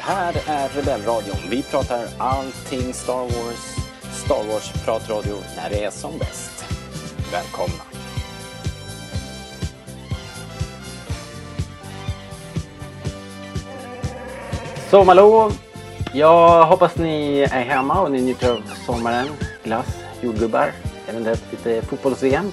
här är Rebellradion. Vi pratar allting Star Wars. Star Wars-pratradio när det är som bäst. Välkomna. Sommarlov. Jag hoppas ni är hemma och ni njuter av sommaren. Glass, jordgubbar, eventuellt lite fotbolls-VM.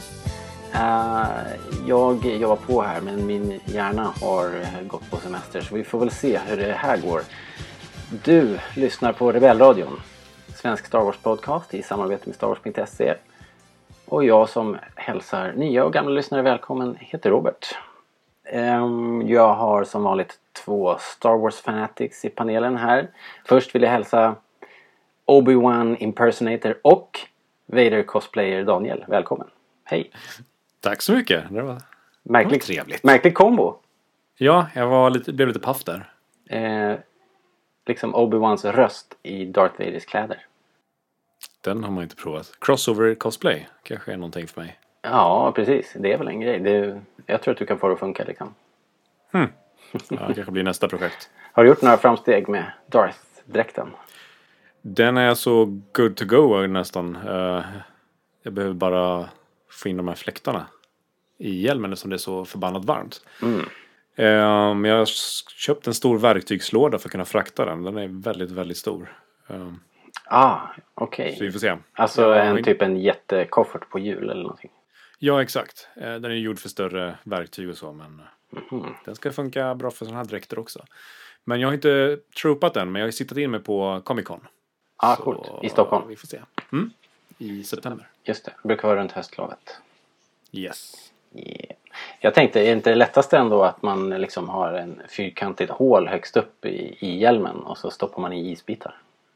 Jag jobbar på här, men min hjärna har gått på semester, så vi får väl se hur det här går. Du lyssnar på Rebellradion, svensk Star Wars podcast i samarbete med StarWars.se. Och jag som hälsar nya och gamla lyssnare välkommen heter Robert. Jag har som vanligt 2 Star Wars fanatics i panelen här. Först vill jag hälsa Obi-Wan impersonator och Vader cosplayer Daniel. Välkommen. Hej. Tack så mycket. Det var trevligt. Märklig kombo. Ja, jag blev lite paff där. Liksom Obi-Wans röst i Darth Vaders kläder. Den har man inte provat. Crossover cosplay kanske är någonting för mig. Ja, precis. Det är väl en grej. Jag tror att du kan få det att funka liksom. Ja, det kanske blir nästa projekt. Har du gjort några framsteg med Darth-dräkten? Den är så good to go nästan. Jag behöver bara få in de här fläktarna i hjälmen eftersom det är så förbannat varmt. Men jag har köpt en stor verktygslåda för att kunna frakta den. Den är väldigt, väldigt stor. Okej. Så vi får se. Alltså typ en jättekoffert på hjul eller någonting. Ja, exakt. Den är gjord för större verktyg och så, men den ska funka bra för sådana här dräkter också. Men jag har inte troopat den, men jag har sittat in mig på Comic-Con. Coolt. I Stockholm. Vi får se. I september. Just det. Brukar vara runt höstlovet. Yes. Yeah. Jag tänkte, är det inte det lättaste ändå att man liksom har en fyrkantigt hål högst upp i hjälmen och så stoppar man i isbitar?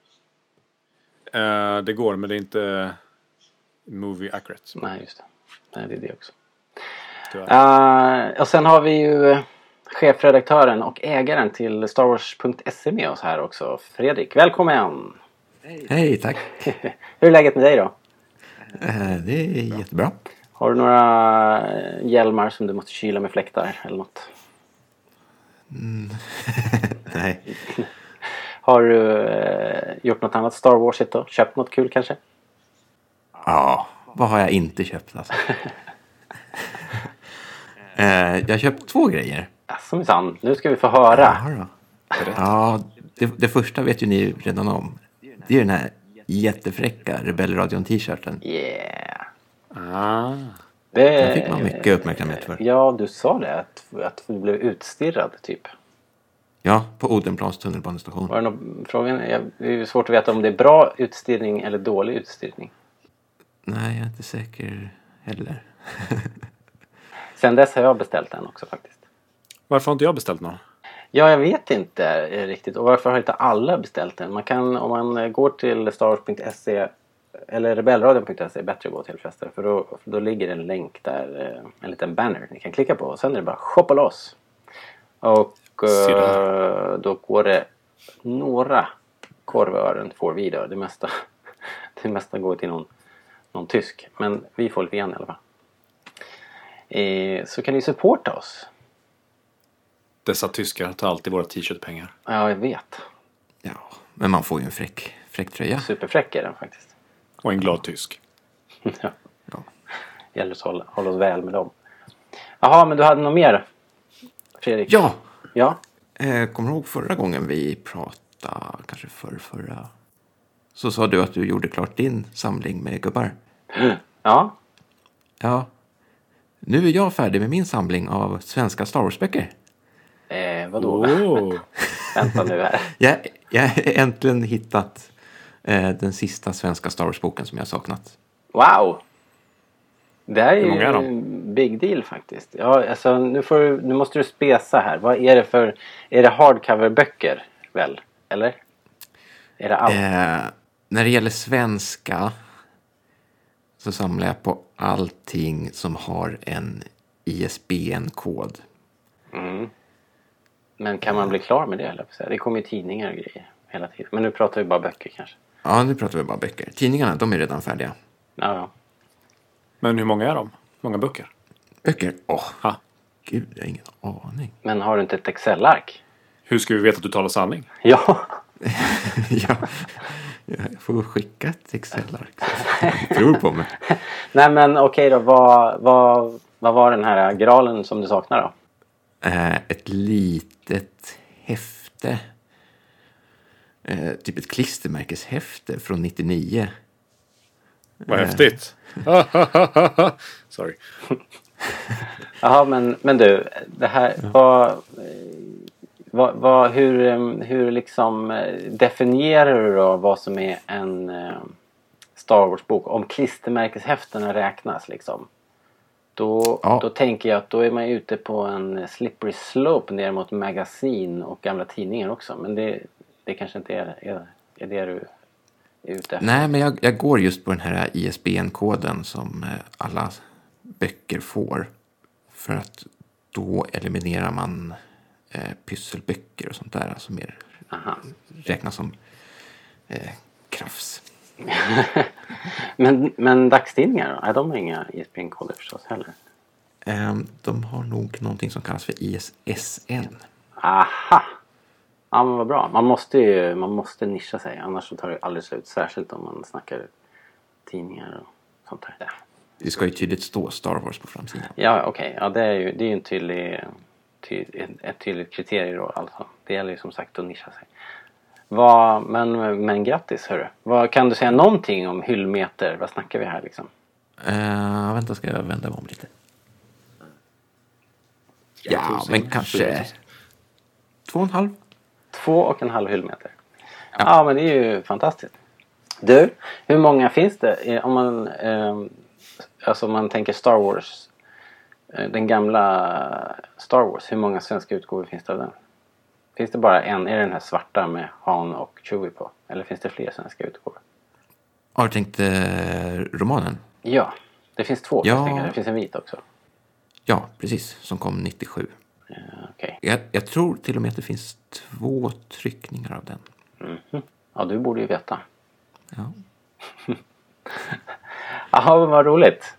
Det går, men det är inte movie accurate. Nej, just det. Nej, det är det också. Tyvärr. Och sen har vi ju chefredaktören och ägaren till StarWars.se med oss här också. Fredrik, välkommen! Hej, tack. Hur är läget med dig då? Det är jättebra. Har du några hjälmar som du måste kyla med fläktar eller något? Nej. Har du gjort något annat Star Wars då? Köpt något kul kanske? Ja, vad har jag inte köpt alltså? Jag har köpt 2 grejer. Alltså minsann, nu ska vi få höra. Ja, det första vet ju ni redan om. Det är den här jättefräcka Rebellradion t-shirten. Yeah. Den fick man mycket uppmärksamhet för. Ja, du sa det. Att du blev utstirrad typ. Ja, på Odenplans tunnelbanestation. Var det någon frågan? Det är ju svårt att veta om det är bra utstirrning eller dålig utstirrning. Nej, jag är inte säker heller. Sen dess har jag beställt den också faktiskt. Varför har inte jag beställt någon? Ja, jag vet inte riktigt. Och varför har inte alla beställt den? Man kan, om man går till StarWars.se eller Rebellradion.se, bättre att gå till förresten. För då ligger en länk där, en liten banner ni kan klicka på. Och sen är det bara shoppa loss. Och då går det några korvören får vi då. Det mesta går till någon tysk. Men vi får lite igen i alla fall. Så kan ni supporta oss. Dessa tyskar tar alltid våra t-shirtpengar. Ja, jag vet. Ja, men man får ju en fräck tröja. Superfräck är den faktiskt. Och en glad tysk. Ja. Gäller att hålla oss väl med dem. Jaha, men du hade något mer, Fredrik? Ja. Kommer du ihåg förra gången vi pratade, kanske förra, så sa du att du gjorde klart din samling med gubbar. Ja. Ja. Nu är jag färdig med min samling av svenska Star Wars-böcker. Vadå? Vänta nu här. Jag har äntligen hittat den sista svenska Star Wars-boken som jag saknat. Wow! Det här är ju en big deal faktiskt. Ja, alltså, nu måste du spesa här. Vad är det för... Är det hardcover-böcker väl? Eller? Är det allt? När det gäller svenska så samlar jag på allting som har en ISBN-kod. Men kan man bli klar med det? Eller? Det kommer ju tidningar och grejer hela tiden. Men nu pratar vi bara böcker kanske. Ja, nu pratar vi bara böcker. Tidningarna, de är redan färdiga. Ja. Men hur många är de? Många böcker? Böcker? Gud, jag har ingen aning. Men har du inte ett Excel-ark? Hur ska vi veta att du talar sanning? Ja. Ja, jag får skicka ett Excel-ark. Tror på mig. Nej men okej då, vad var den här graalen som du saknar då? Ett litet häfte. Typ ett klistermärkeshäfte från 99. Vad häftigt. Sorry. Jaha, men du, det här hur liksom definierar du då vad som är en Star Wars-bok? Om klistermärkeshäftena räknas liksom. Då tänker jag att då är man ute på en slippery slope ner mot magasin och gamla tidningar också. Men det kanske inte är det du är ute efter. Nej, men jag går just på den här ISBN-koden som alla böcker får. För att då eliminerar man pysselböcker och sånt där som mer räknas som krafs. men dagstidningar då? De har inga ISBN-koder förstås heller. De har nog någonting som kallas för ISSN. Aha! Ja men vad bra. Man måste nischa sig. Annars så tar det aldrig slut. Särskilt om man snackar tidningar och sånt där. Ja. Det ska ju tydligt stå Star Wars på framsidan. Ja okej. Ja, det är ju en ett tydligt kriterium då alltså. Det gäller ju som sagt att nischa sig. Men grattis hörru. Kan du säga någonting om hyllmeter? Vad snackar vi här liksom? Vänta, ska jag vända mig om lite? Ja, men kanske 2,5. 2,5 hyllmeter. Ja, men det är ju fantastiskt. Du, hur många finns det om man tänker Star Wars, den gamla Star Wars, hur många svenska utgåvor finns det av den? Finns det bara en, är det den här svarta med Han och Chewie på? Eller finns det fler svenska utgåvor? Har du tänkt romanen? Ja, det finns 2. Ja. Det finns en vit också. Ja, precis. Som kom 97. Okay. Jag tror till och med att det finns 2 tryckningar av den. Mm-hmm. Ja, du borde ju veta. Ja. Jaha, vad roligt.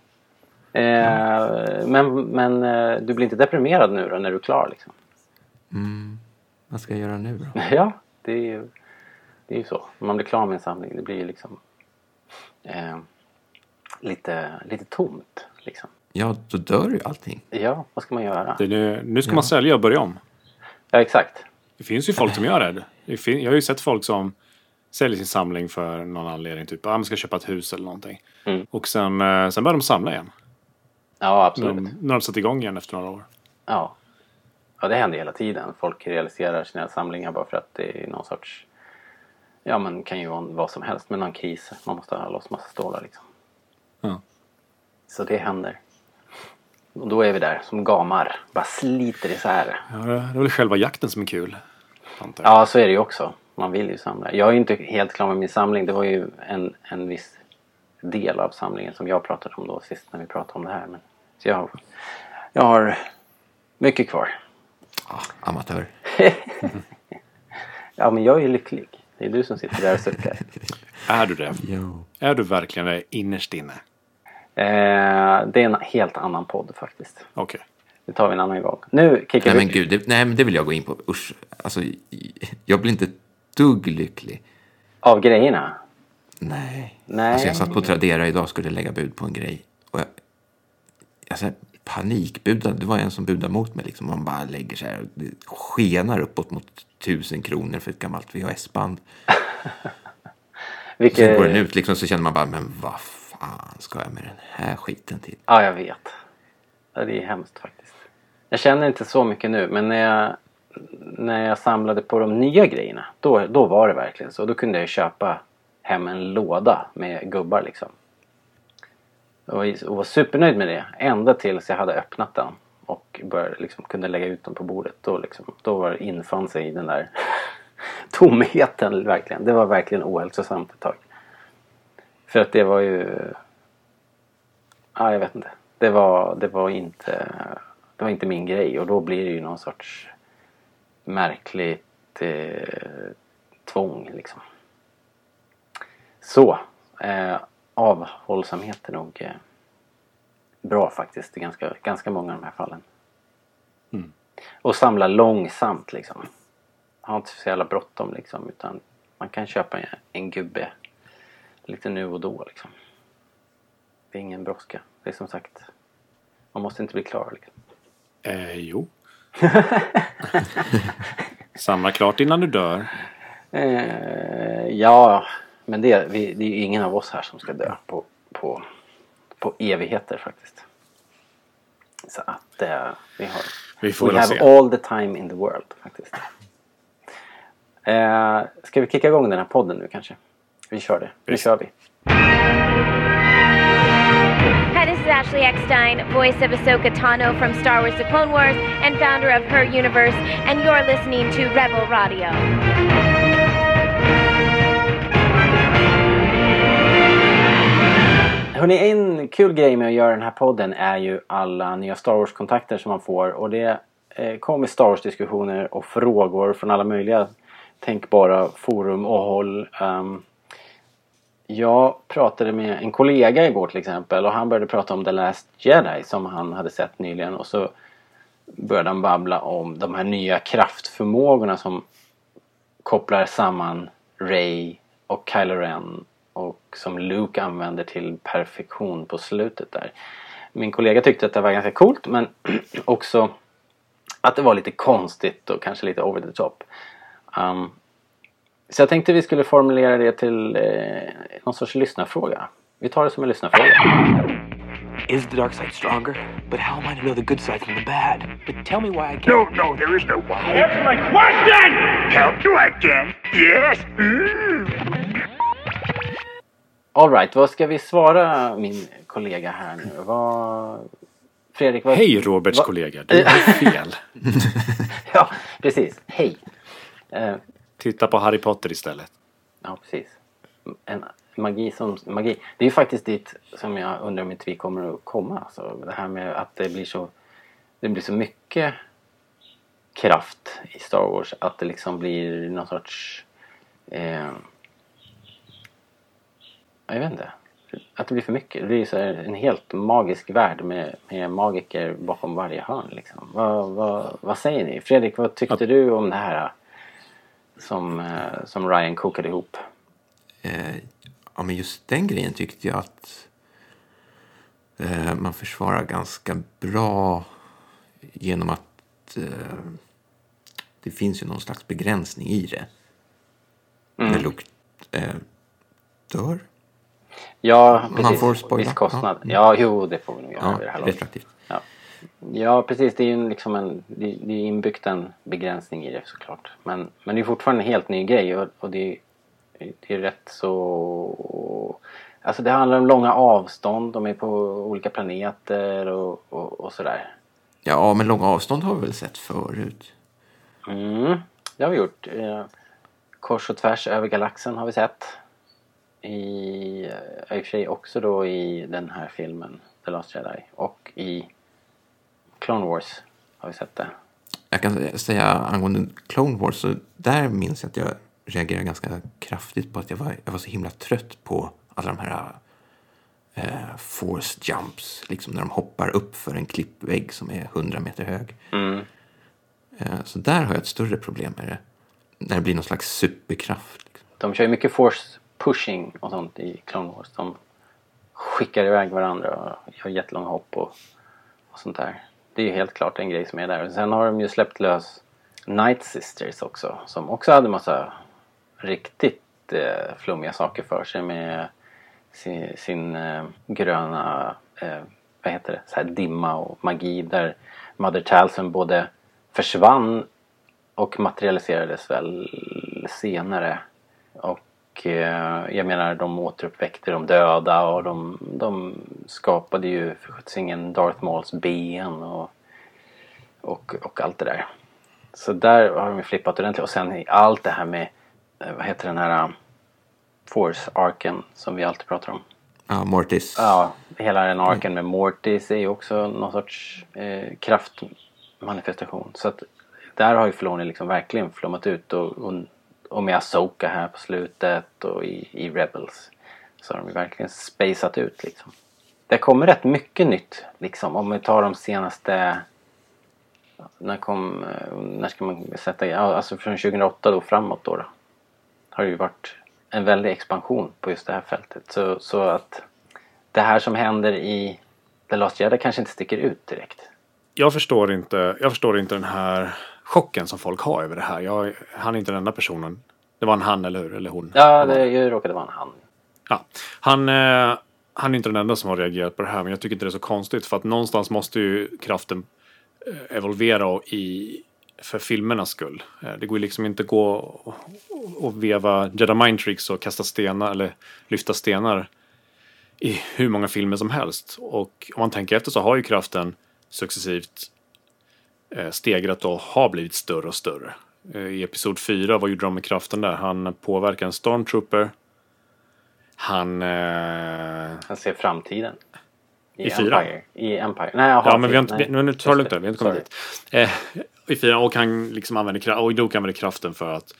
Men du blir inte deprimerad nu då när du är klar liksom? Vad ska jag göra nu då? Ja, det är ju så. Om man blir klar med en samling, det blir ju liksom lite tomt liksom. Ja, då dör ju allting. Ja, vad ska man göra? Nu ska man sälja och börja om. Ja, exakt. Det finns ju folk som gör det. Jag har ju sett folk som säljer sin samling för någon anledning. Typ, man ska köpa ett hus eller någonting. Och sen börjar de samla igen. Ja, absolut. När de sätter igång igen efter några år. Ja, det händer hela tiden. Folk realiserar sina samlingar bara för att det är någon sorts... Ja, men kan ju vara vad som helst. Men någon kris. Man måste ha loss massa stålar liksom. Ja. Så det händer. Och då är vi där som gamar. Bara sliter isär. Ja, det är väl själva jakten som är kul. Ja, så är det ju också. Man vill ju samla. Jag är ju inte helt klar med min samling. Det var ju en viss del av samlingen som jag pratade om då sist när vi pratade om det här. Men, så jag har mycket kvar. Amatör. Ja, men jag är ju lycklig. Det är du som sitter där och suckar. Är du det? Jo. Är du verkligen det innerst inne? Det är en helt annan podd faktiskt. Okej. Det tar vi en annan gång. Nu kickar Nej vi. men gud, men det vill jag gå in på. Usch. Alltså, jag blir inte dugg lycklig. Av grejerna? Nej. Nej. Alltså jag satt på Tradera idag och skulle lägga bud på en grej. Och jag panikbudade. Det var en som budade mot mig. Liksom. Man bara lägger sig här och det skenar uppåt mot 1000 kronor för ett gammalt VHS-band. Sen går den ut liksom, så känner man bara, men vad fan ska jag med den här skiten till? Ja, jag vet. Ja, det är hemskt faktiskt. Jag känner inte så mycket nu, men när jag samlade på de nya grejerna, då var det verkligen så. Då kunde jag köpa hem en låda med gubbar liksom. Och var supernöjd med det. Ända tills jag hade öppnat den och kunde lägga ut dem på bordet. Då infann sig den där tomheten verkligen. Det var verkligen ohälsosamt ett tag. För att det var ju... Ja, jag vet inte. Det var inte min grej. Och då blir det ju någon sorts märkligt tvång liksom. Så. Avhållsamhet är nog bra faktiskt. Det är ganska många av de här fallen. Och samla långsamt liksom. har inte så jävla bråttom liksom, utan man kan köpa en gubbe lite nu och då liksom. Det är ingen brådska. Det är som sagt, man måste inte bli klar liksom. Jo. Samla klart innan du dör. Ja, men det är ju ingen av oss här som ska dö på evigheter faktiskt. Så att vi får we have se. all the time in the world faktiskt. Ska vi kicka igång den här podden nu kanske? Vi kör det. Nu kör vi. Hi, this is Ashley Eckstein, voice of Ahsoka Tano from Star Wars The Clone Wars and founder of Her Universe, and you're listening to Rebel Radio. Hörrni, en kul grej med att göra den här podden är ju alla nya Star Wars-kontakter som man får. Och det kommer Star Wars-diskussioner och frågor från alla möjliga tänkbara forum och håll. Jag pratade med en kollega igår till exempel, och han började prata om The Last Jedi som han hade sett nyligen. Och så började han babbla om de här nya kraftförmågorna som kopplar samman Rey och Kylo Ren, och som Luke använder till perfektion på slutet där. Min kollega tyckte att det var ganska coolt, men också att det var lite konstigt och kanske lite over the top. Så jag tänkte vi skulle formulera det till någon sorts lyssnarfråga. Vi tar det som en lyssnarfråga. Is the dark side stronger? But how am I to know the good side from the bad? But tell me why I can't. No, there is no why. Answer my question! Help you again? Yes. All right, vad ska vi svara min kollega här nu? Fredrik, Hej Roberts kollega, du har fel. Ja, precis. Hej. Titta på Harry Potter istället. Ja, precis. En magi. Det är ju faktiskt dit som jag undrar om inte vi kommer att komma. Alltså, det här med att det blir så mycket kraft i Star Wars att det liksom blir någon sorts jag vet inte. Att det blir för mycket. Det blir så en helt magisk värld med magiker bakom varje hörn liksom. Vad säger ni? Fredrik, vad tyckte du om det här som Ryan kokade ihop? Ja, men just den grejen tyckte jag att man försvarar ganska bra genom att det finns ju någon slags begränsning i det. När Luke dör. Ja, precis. Man får spoila. Viss kostnad. Ja. Jo, det får vi nog göra. Ja, retroaktivt. Ja, precis. Det är ju liksom det är inbyggt en begränsning i det såklart. Men det är fortfarande en helt ny grej och det är rätt så... Alltså det handlar om långa avstånd. De är på olika planeter och sådär. Ja, men långa avstånd har vi väl sett förut. Det har vi gjort. Kors och tvärs över galaxen har vi sett. I och för sig också då i den här filmen The Last Jedi. Och i Clone Wars har vi sett det. Jag kan säga angående Clone Wars, så där minns jag att jag reagerade ganska kraftigt på att jag var så himla trött på alla de här force jumps. Liksom när de hoppar upp för en klippvägg som är 100 meter hög. Så där har jag ett större problem med det. När det blir någon slags superkraft. Liksom. De kör ju mycket force pushing och sånt i Clone Wars. De skickar iväg varandra och gör jättelånga hopp och sånt där. Det är ju helt klart en grej som är där. Och sen har de ju släppt lös Night Sisters också. Som också hade massa riktigt flummiga saker för sig med sin gröna vad heter det? Så här dimma och magi där Mother Talzin både försvann och materialiserades väl senare. Och jag menar, de återuppväckte de döda och de skapade ju för sjuttsingen Darth Mauls ben och allt det där. Så där har de ju flippat ordentligt. Och sen allt det här med vad heter den här Force-arken som vi alltid pratar om. Ja, Mortis. Ja, hela den arken med Mortis är ju också någon sorts kraftmanifestation. Så att där har ju Filoni liksom verkligen flommat ut och med Ahsoka här på slutet och i Rebels så har de ju verkligen spaceat ut liksom. Det kommer rätt mycket nytt liksom, om vi tar de senaste när ska man sätta... Ja, alltså från 2008 då framåt då. Har det ju varit en väldig expansion på just det här fältet. Så att det här som händer i The Last Jedi kanske inte sticker ut direkt. Jag förstår inte den här chocken som folk har över det här. Han är inte den enda personen. Det var en han, eller hur? Eller hon? Ja, det råkade vara en han. Ja, han är inte den enda som har reagerat på det här. Men jag tycker inte det är så konstigt. För att någonstans måste ju kraften evolvera för filmernas skull. Det går ju liksom inte gå och veva Jedi Mind Tricks och kasta stenar eller lyfta stenar i hur många filmer som helst. Och om man tänker efter så har ju kraften successivt stegrat och har blivit större och större. I episod 4, vad gjorde de med kraften där? Han påverkar en stormtrooper. Han ser framtiden. I 4? I Empire. Nej, jag har ja, men vi har inte, nu tar det lugnt, vi har inte kommit dit. I 4, och han liksom använder kraften för att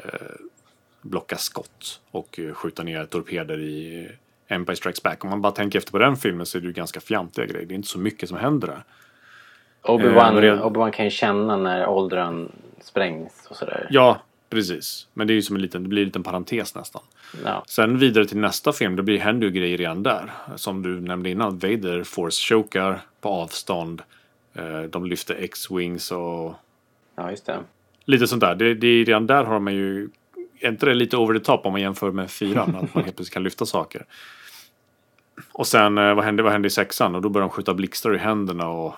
blocka skott och skjuta ner torpeder i Empire Strikes Back. Om man bara tänker efter på den filmen så är det ju ganska fjantiga grejer. Det är inte så mycket som händer där. Obi-Wan kan ju känna när åldern sprängs och sådär. Ja, precis. Men det är ju som det blir en liten parentes nästan. Ja. Sen vidare till nästa film, då händer ju grejer redan där. Som du nämnde innan, Vader force-chokar på avstånd. De lyfter X-Wings och... Ja, just det. Lite sånt där. Det är redan där har man ju... Är inte det lite over the top om man jämför med 4? Att man helt plötsligt kan lyfta saker. Och sen, vad hände i 6:an? Och då börjar de skjuta blixtar i händerna och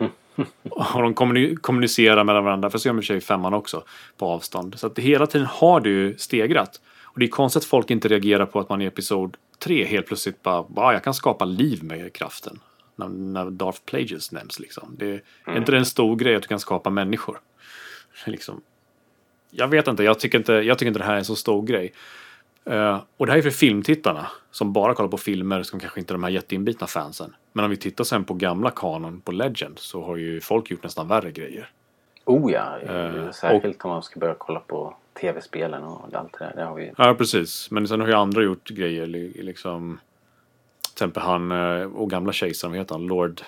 de kommunicerar med varandra. För så gör de i sig 5:an också på avstånd. Så att hela tiden har det ju stegrat. Och det är konstigt att folk inte reagerar på att man i episod 3 helt plötsligt bara jag kan skapa liv med kraften. När Darth Plagueis nämns liksom. Det är inte en stor grej att du kan skapa människor. Liksom. Jag vet inte, jag tycker inte det här är en så stor grej. Och det här är för filmtittarna som bara kollar på filmer som kanske inte är de här jätteinbitna fansen. Men om vi tittar sen på gamla kanon på Legend så har ju folk gjort nästan värre grejer. Oh ja, särskilt om man ska börja kolla på tv-spelen och allt det där. Det har vi... Ja, precis. Men sen har ju andra gjort grejer liksom... Till exempel han och gamla kejsaren, vad heter han? Lord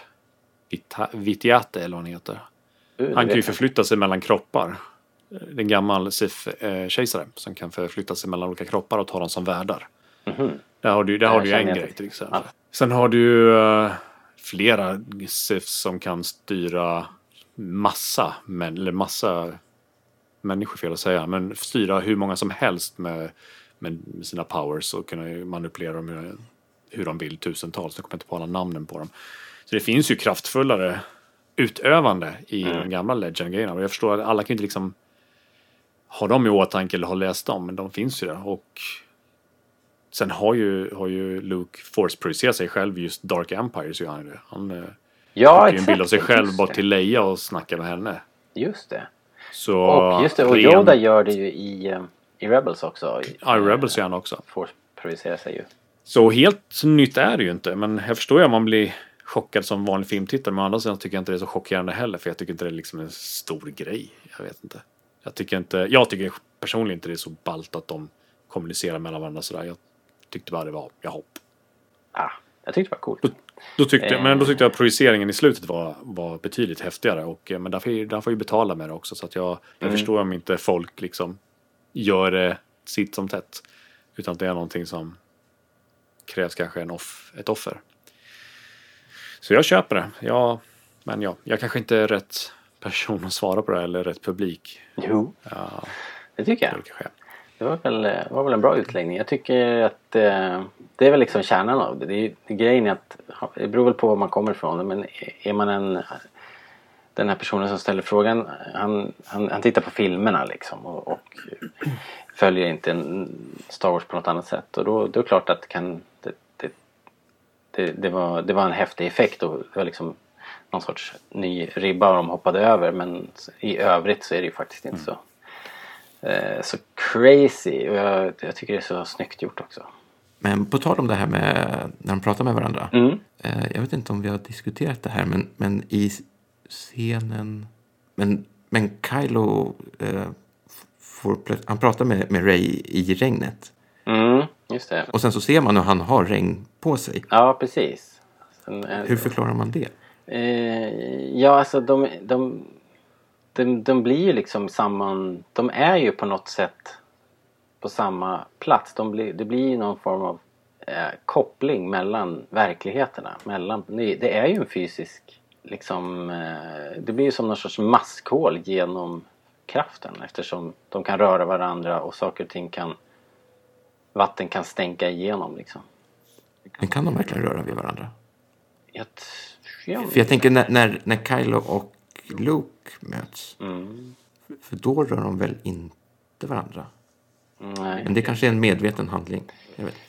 Vitiate eller vad han heter. Han kan ju förflytta sig mellan kroppar. Den gammal Sith-kejsare som kan förflytta sig mellan olika kroppar och ta dem som värdar. Mm-hmm. Där har du ju en grej till exempel. Ja. Sen har du flera Siths som kan styra massa människor, fel att säga, men styra hur många som helst med sina powers och kunna manipulera dem hur de vill, tusentals. Jag kommer inte på alla namnen på dem. Så det finns ju kraftfullare utövande i de gamla Legend-grejerna. Och jag förstår att alla kan inte liksom ha dem i åtanke eller ha läst dem, men de finns ju där. Och sen har ju Luke force-projicerat sig själv just Dark Empire, så gör han det. Han skickar en bild av sig själv bort till Leia och snackar med henne. Just det. Så och Yoda gör det ju i Rebels också. Ja, i Rebels gör han också. Force-projicerar sig ju. Så helt nytt är det ju inte, men jag förstår ju om man blir chockad som vanlig filmtittare, men å andra sidan tycker jag inte det är så chockerande heller, för jag tycker inte det är liksom en stor grej. Jag vet inte. Jag tycker personligen inte det är så ballt att de kommunicerar mellan varandra sådär. Jag tyckte bara det var hopp. Jag tyckte det var coolt. Då tyckte jag att projiceringen i slutet var betydligt häftigare, men där får ju betala med det också, så att jag förstår om inte folk liksom gör det sitt som tätt, utan att det är någonting som krävs kanske ett offer. Så jag köper det. Jag kanske inte är rätt person att svara på det, eller rätt publik. Jo, det tycker jag. Det var väl en bra utläggning. Jag tycker att det är väl liksom kärnan av det. Det är grejen att det beror väl på var man kommer ifrån. Men är man den här personen som ställer frågan, han tittar på filmerna liksom och följer inte en Star Wars på något annat sätt. Och då är det klart att det var en häftig effekt, och det var liksom någon sorts ny ribba de hoppade över, men i övrigt så är det ju faktiskt inte så crazy, och jag tycker det är så snyggt gjort också. Men på tal om det här med när de pratar med varandra, jag vet inte om vi har diskuterat det här, men i scenen men Kylo han pratar med Rey i regnet. Just det. Och sen så ser man hur han har regn på sig. Ja, precis. Hur förklarar man det? Ja, alltså de blir ju liksom samman... De är ju på något sätt på samma plats. Det blir ju någon form av koppling mellan verkligheterna. Det är ju en fysisk... Liksom, det blir ju som någon sorts maskhål genom kraften. Eftersom de kan röra varandra och saker och ting kan... Vatten kan stänka igenom liksom. Men kan de verkligen röra vid varandra? Ja. För jag tänker när Kylo och Luke möts. För då rör de väl inte varandra? Nej. Men det kanske är en medveten handling. Jag vet.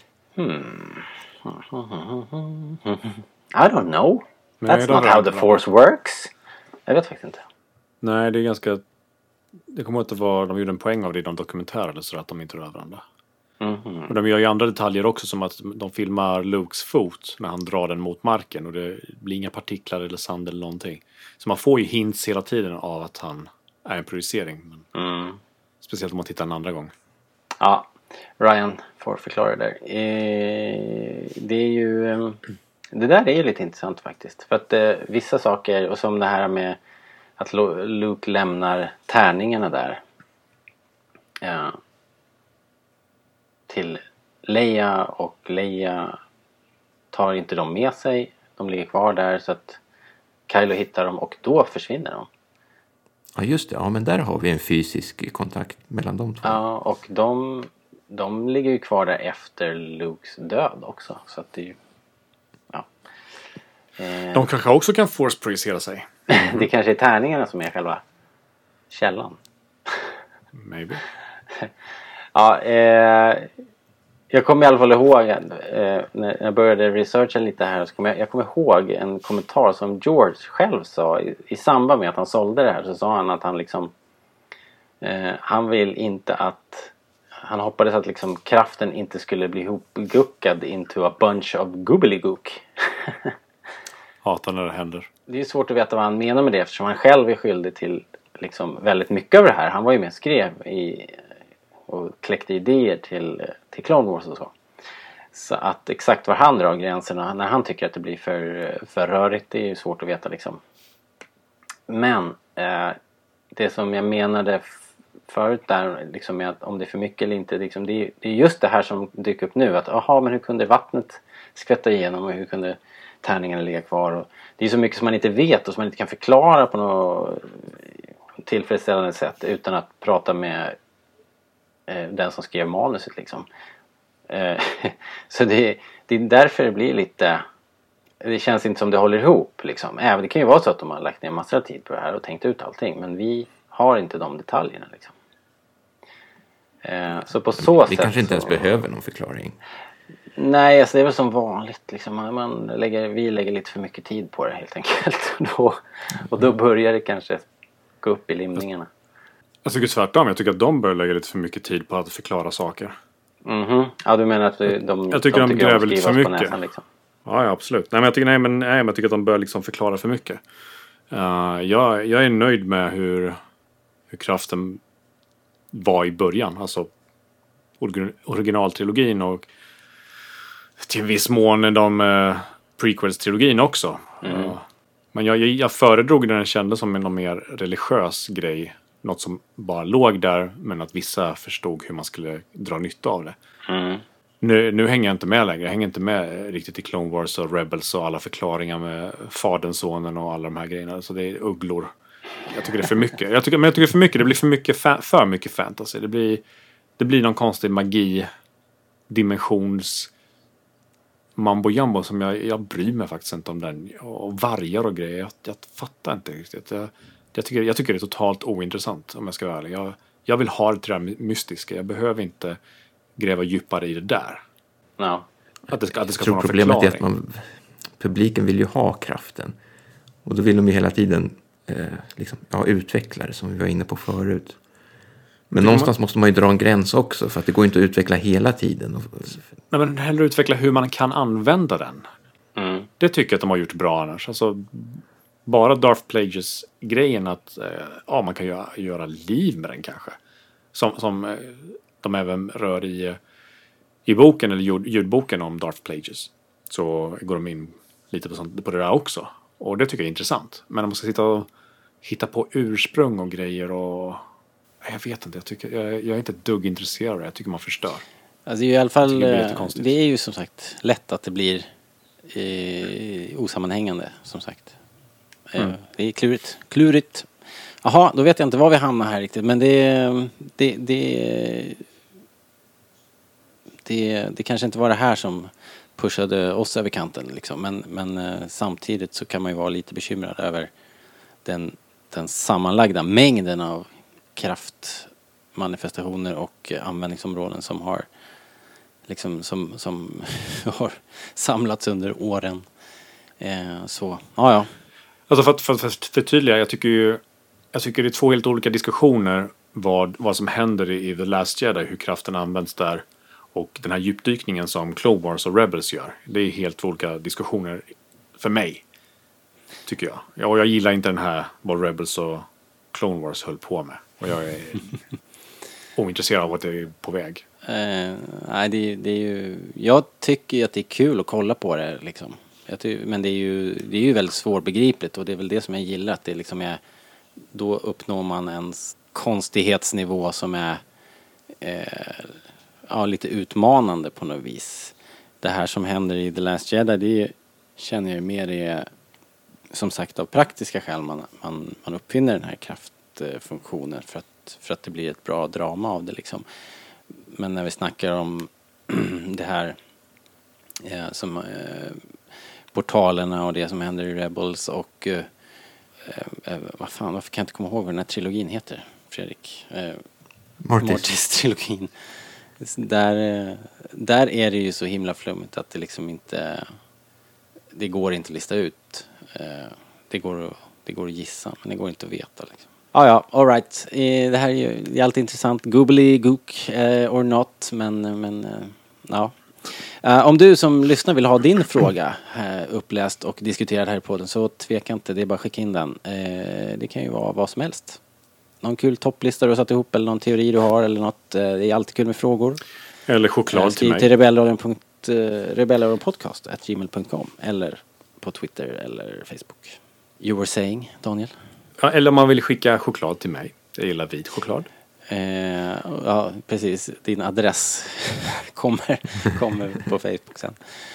I don't know. Nej, That's not how the force works. Jag vet faktiskt inte. Nej, det är ganska... Det kommer inte vara... De gjorde en poäng av det i de dokumentärer så att de inte rör varandra. Och de gör ju andra detaljer också, som att de filmar Lukes fot när han drar den mot marken och det blir inga partiklar eller sand eller någonting. Så man får ju hints hela tiden av att han är en projicering. Speciellt om man tittar en andra gång. Ja, Ryan får förklara det där. Det är ju... Det där är ju lite intressant faktiskt. För att vissa saker, och som det här med att Luke lämnar tärningarna där. Till Leia, och Leia tar inte dem med sig. De ligger kvar där så att Kylo hittar dem och då försvinner de. Ja just det, ja men där har vi en fysisk kontakt mellan de två. Ja, och de ligger ju kvar där efter Lukes död också. Så att det är ju... Ja. De kanske också kan force-projicera sig. Det kanske är tärningarna som är själva källan. Maybe. Ja, jag kommer i alla fall ihåg när jag började researcha lite här, så jag kommer ihåg en kommentar som George själv sa i samband med att han sålde det här. Så sa han att han liksom han vill inte att han hoppades att liksom kraften inte skulle bli hopguckad into a bunch of gobbledygook. Hatar när det händer. Det är svårt att veta vad han menar med det, eftersom han själv är skyldig till liksom väldigt mycket av det här. Han var ju med och skrev och kläckte idéer till Clone Wars och så. Så att exakt var han drar gränserna när han tycker att det blir för rörigt, det är ju svårt att veta liksom. Men det som jag menade förut där liksom, med att om det är för mycket eller inte liksom, det är just det här som dyker upp nu, att aha, men hur kunde vattnet skvätta igenom och hur kunde tärningarna ligga kvar, och det är så mycket som man inte vet och som man inte kan förklara på något tillfredsställande sätt utan att prata med den som skrev manuset liksom. Så det är därför det blir lite, det känns inte som det håller ihop liksom. Även det kan ju vara så att de har lagt ner massor av tid på det här och tänkt ut allting, men vi har inte de detaljerna liksom. Så på så sätt vi kanske inte ens behöver någon förklaring. Nej, alltså det är väl som vanligt liksom. Vi lägger lite för mycket tid på det helt enkelt. Och då börjar det kanske gå upp i limningarna. Jag tycker tvärtom. Jag tycker att de bör lägga lite för mycket tid på att förklara saker. Ja, du menar att jag tycker de gräver lite för mycket. Näsan, liksom. Ja, absolut. Nej, men jag tycker att de bör liksom förklara för mycket. Jag är nöjd med hur kraften var i början. Alltså originaltrilogin och till viss mån de prequels-trilogin också. Men jag föredrog den kändes som en mer religiös grej. Något som bara låg där, men att vissa förstod hur man skulle dra nytta av det. Nu hänger jag inte med längre. Jag hänger inte med riktigt i Clone Wars och Rebels och alla förklaringar med fadern, sonen och alla de här grejerna. Så det är ugglor. Jag tycker det är för mycket. Jag tycker det är för mycket. Det blir för mycket fantasy. Det blir någon konstig magi dimensions mambo jumbo som jag bryr mig faktiskt inte om den. Och vargar och grejer. Jag fattar inte riktigt. Jag tycker det är totalt ointressant om jag ska vara ärlig. Jag vill ha det där mystiska. Jag behöver inte gräva djupare i det där. No. Att det ska jag tror problemet är att publiken vill ju ha kraften. Och då vill de ju hela tiden utveckla det som vi var inne på förut. Men någonstans måste man ju dra en gräns också, för att det går inte att utveckla hela tiden. Nej, men hellre utveckla hur man kan använda den. Det tycker jag att de har gjort bra annars. Alltså, bara Darth Plagueis-grejen att man kan göra liv med den kanske. Som de även rör i boken eller ljudboken om Darth Plagueis. Så går de in lite på det där också. Och det tycker jag är intressant. Men om man ska sitta och hitta på ursprung och grejer och jag vet inte, jag är inte ett dugg intresserad av det. Jag tycker man förstör. Alltså i alla fall, det är ju som sagt lätt att det blir osammanhängande, som sagt. Det är klurigt. Jaha, då vet jag inte var vi hamnar här riktigt, men det kanske inte var det här som pushade oss över kanten liksom. Men samtidigt så kan man ju vara lite bekymrad över den sammanlagda mängden av kraftmanifestationer och användningsområden som har liksom som har samlats under åren. Så, ja. Alltså för att förtydliga, jag tycker det är två helt olika diskussioner vad som händer i The Last Jedi, hur kraften används där och den här djupdykningen som Clone Wars och Rebels gör. Det är helt två olika diskussioner för mig, tycker jag. Och jag gillar inte den här vad Rebels och Clone Wars höll på med. Och jag är ointresserad av att det är på väg. Nej, det är ju... Jag tycker att det är kul att kolla på det liksom. Men det är ju väldigt svårbegripligt och det är väl det som jag gillar, att det liksom är... Då uppnår man en konstighetsnivå som är lite utmanande på något vis. Det här som händer i The Last Jedi, det känner jag mer är som sagt av praktiska skäl man uppfinner den här kraftfunktionen för att det blir ett bra drama av det liksom. Men när vi snackar om det här som portalerna och det som händer i Rebels och varför kan jag inte komma ihåg vad den här trilogin heter, Fredrik? Mortis-trilogin. Där är det ju så himla flummigt att det liksom inte... Det går inte att lista ut. Det går att gissa, men det går inte att veta liksom. Ja, all right. Det här är alltid intressant. Googly-gook or not, men ja. Om du som lyssnar vill ha din fråga uppläst och diskuterad här i podden, så tveka inte, det är bara att skicka in den. Det kan ju vara vad som helst. Någon kul topplista du har satt ihop eller någon teori du har eller något. Det är alltid kul med frågor. Eller choklad till mig. Skriv till rebellradion.gmail.com eller på Twitter eller Facebook. You were saying, Daniel? Ja, eller om man vill skicka choklad till mig. Jag gillar vit choklad. Ja, precis. Din adress kommer på Facebook sen.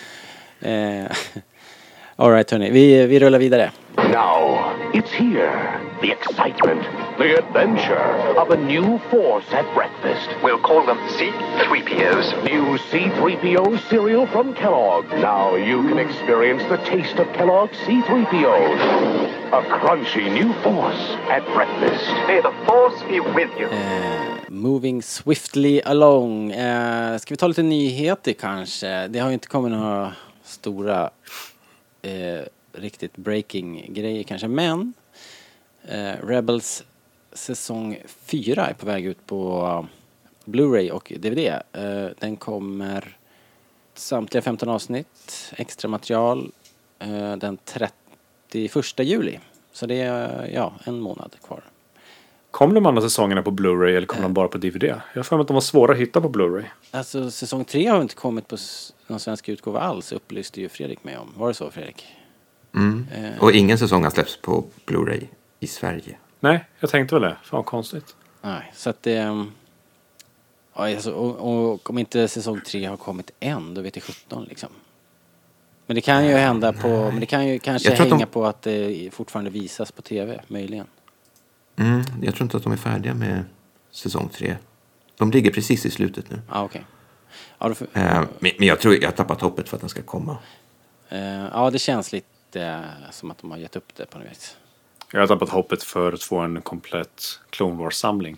All right, hörni. Vi rullar vidare. Now, it's here. The excitement, the adventure of a new force at breakfast. We'll call them C-3POs. New C-3PO cereal from Kellogg. Now you can experience the taste of Kellogg's C-3POs. A crunchy new force at breakfast. May the force be with you. Moving swiftly along. Ska vi ta lite nyheter kanske? Det har ju inte kommit några stora riktigt breaking grejer kanske, men Rebels säsong 4 är på väg ut på Blu-ray och DVD. Den kommer samtliga 15 avsnitt, extra material den 31 juli. Så det är en månad kvar. Kom de andra säsongerna på Blu-ray eller kom de bara på DVD? Jag har för mig att de var svåra att hitta på Blu-ray. Alltså säsong 3 har inte kommit på någon svensk utgåva alls, upplyste ju Fredrik med om. Var det så, Fredrik? Och ingen säsong har släppts på Blu-ray i Sverige. Nej, jag tänkte väl det. Fan konstigt. Nej, så att det... alltså, och om inte säsong 3 har kommit än, då vet jag 17 liksom. Men det kan ju hända på... Men det kan ju kanske hänga på att det fortfarande visas på tv, möjligen. Jag tror inte att de är färdiga med säsong 3. De ligger precis i slutet nu. Okej. Ja, men jag tror jag har tappat hoppet för att den ska komma. Ja, det känns lite som att de har gett upp det på något vis. Jag har tappat hoppet för att få en komplett Clone Wars-samling.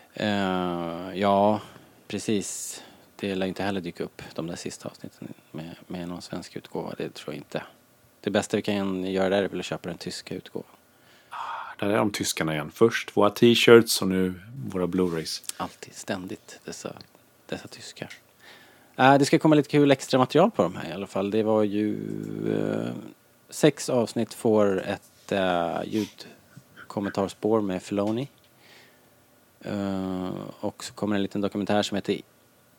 Ja, precis. Det lär inte heller dyka upp de där sista avsnitten med någon svensk utgåva. Det tror jag inte. Det bästa vi kan göra där är väl att köpa den tyska utgåvan. Där är de tyskarna igen. Först våra t-shirts och nu våra Blu-rays. Alltid, ständigt dessa tyskar. Det ska komma lite kul extra material på de här i alla fall. Det var ju 6 avsnitt får ett ljudkommentarspår med Filoni. Och så kommer en liten dokumentär som heter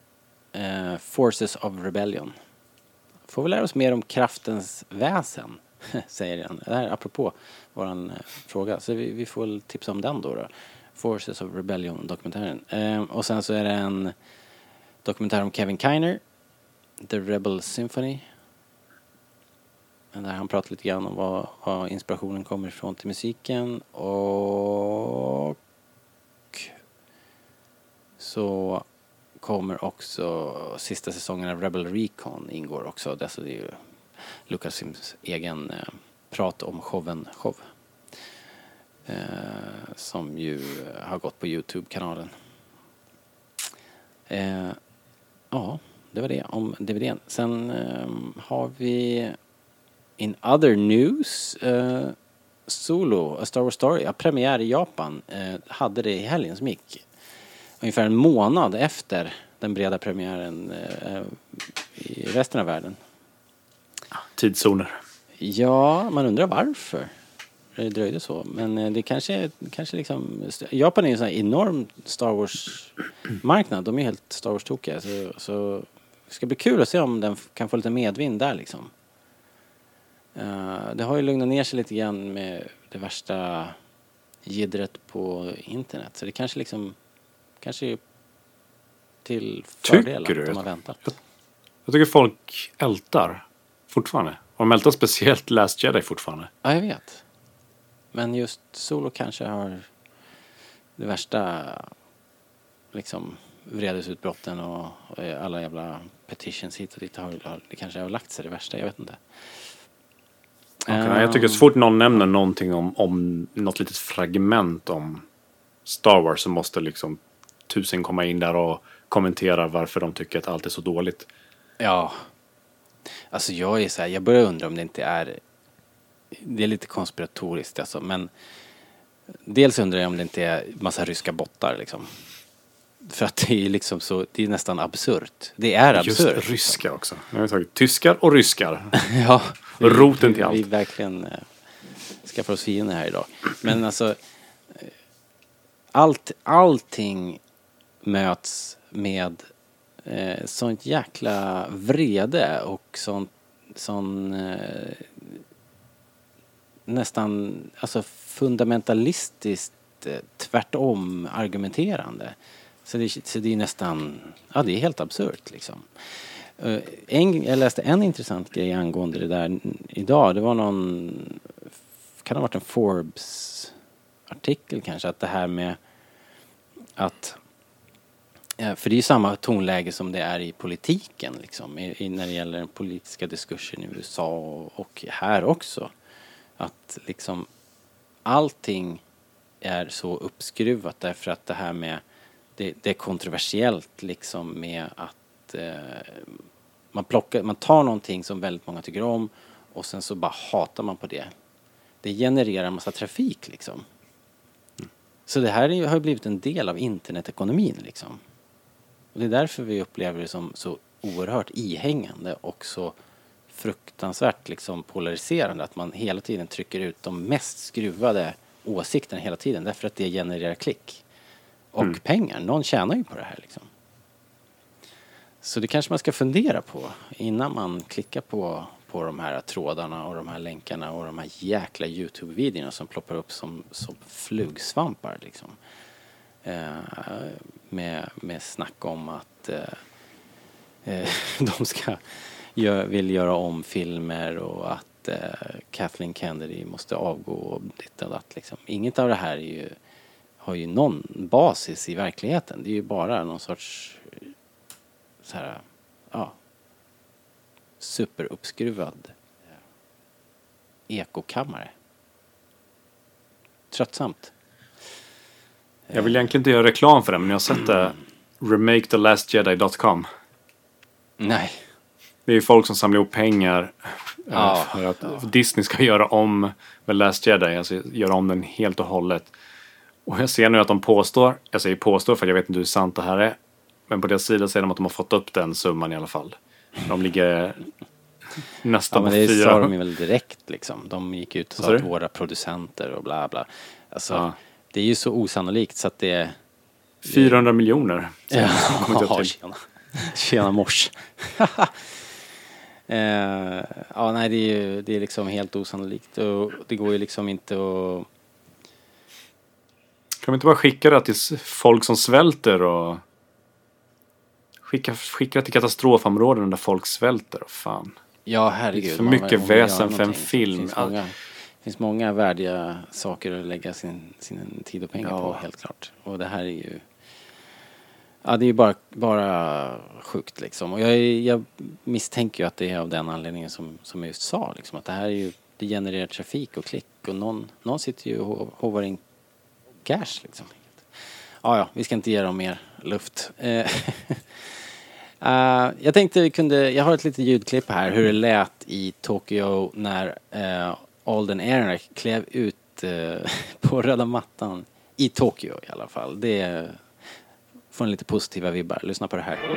Forces of Rebellion. Får vi lära oss mer om kraftens väsen säger han. Det här apropå våran fråga. Så vi får väl tipsa om den då. Forces of Rebellion-dokumentären. Och sen så är det en dokumentär om Kevin Kiner, The Rebel Symphony. Där han pratar lite grann om vad inspirationen kommer ifrån till musiken. Och så kommer också sista säsongen av Rebel Recon ingår också. Det är ju Lucasfilms egen prat om show. Som ju har gått på YouTube-kanalen. Ja, det var det om DVD:n. Sen har vi in other news Solo, A Star Wars Story, premiär i Japan. Hade det i helgen som gick. Ungefär en månad efter den breda premiären i resten av världen. Tidszoner. Ja, man undrar varför det dröjde så. Men det kanske liksom... Japan är ju en sån här enorm Star Wars-marknad. De är helt Star Wars-tokiga. Så det ska bli kul att se om den kan få lite medvind där liksom. Det har ju lugnat ner sig lite grann med det värsta jiddret på internet. Så det kanske liksom... Kanske är till fördel att de har väntat. Jag tycker folk ältar fortfarande. Och de ältar speciellt Last Jedi fortfarande. Ja, jag vet. Men just Solo kanske har det värsta liksom vredesutbrotten och alla jävla petitions hit och dit. Det kanske har lagt sig det värsta, jag vet inte. Jag tycker så fort någon nämner någonting om något litet fragment om Star Wars så måste liksom 1000 komma in där och kommentera varför de tycker att allt är så dåligt. Ja. Alltså jag är så här, jag börjar undra om det inte är... Det är lite konspiratoriskt alltså, men dels undrar jag om det inte är massa ryska bottar liksom. För att det är liksom så, det är nästan absurt. Det är absurt. Just ryska också. Jag har tagit tyskar och ryskar. Ja. Roten till allt. Vi verkligen skaffar oss fiender här idag. Men alltså allting möts med sånt jäkla vrede och sån nästan alltså fundamentalistiskt tvärtom argumenterande. Så det är nästan, ja, det är helt absurt liksom. Jag läste en intressant grej angående det där idag. Det var kan det ha varit en Forbes-artikel kanske, att det här med att, för det är ju samma tonläge som det är i politiken liksom, när det gäller den politiska diskursen i USA och här också. Att liksom allting är så uppskruvat därför att det här med det är kontroversiellt liksom med att man tar någonting som väldigt många tycker om och sen så bara hatar man på det. Det genererar en massa trafik liksom. Så det här har ju blivit en del av internetekonomin liksom. Och det är därför vi upplever det som så oerhört ihängande och så fruktansvärt liksom polariserande, att man hela tiden trycker ut de mest skruvade åsikterna hela tiden, därför att det genererar klick och pengar. Någon tjänar ju på det här liksom. Så det kanske man ska fundera på innan man klickar på de här trådarna och de här länkarna och de här jäkla YouTube-videorna som ploppar upp som flugsvampar liksom. Med snack om att de vill göra om filmer och att Kathleen Kennedy måste avgå och ditt och datt liksom. Inget av det här har ju någon basis i verkligheten. Det är ju bara någon sorts så här, ja, superuppskruvad ekokammare. Tröttsamt. Jag vill egentligen inte göra reklam för det, men jag har sett det. RemakeTheLastJedi.com. Nej. Det är folk som samlar ihop pengar för att Disney ska göra om The Last Jedi, alltså göra om den helt och hållet. Och jag ser nu att de påstår, jag säger påstår för jag vet inte hur sant det här är, men på deras sida säger de att de har fått upp den summan i alla fall. De ligger nästan på 4. Men det sa de ju väl direkt liksom. De gick ut och sa att våra producenter och bla bla. Alltså, det är ju så osannolikt så att det är 400 miljoner. Ja, tjena mors. Ja, nej, det är liksom helt osannolikt. Och det går ju liksom inte att... Kan vi inte bara skicka det till folk som svälter och skicka det till katastrofområden där folk svälter och fan. Ja, herregud. För mycket väsen för en film. Det finns många värdiga saker att lägga sin tid och pengar på, helt klart. Och det här är ju... Ja, det är ju bara sjukt liksom. Och jag misstänker ju att det är av den anledningen som jag just sa. Liksom, att det här är ju... Det genererar trafik och klick. Och någon sitter ju och hovar in cash liksom. Ja, vi ska inte ge dem mer luft. Jag tänkte jag har ett litet ljudklipp här hur det lät i Tokyo när Alden Ehrenreich klev ut på röda mattan i Tokyo i alla fall. Det får en lite positiva vibbar. Lyssna på det här.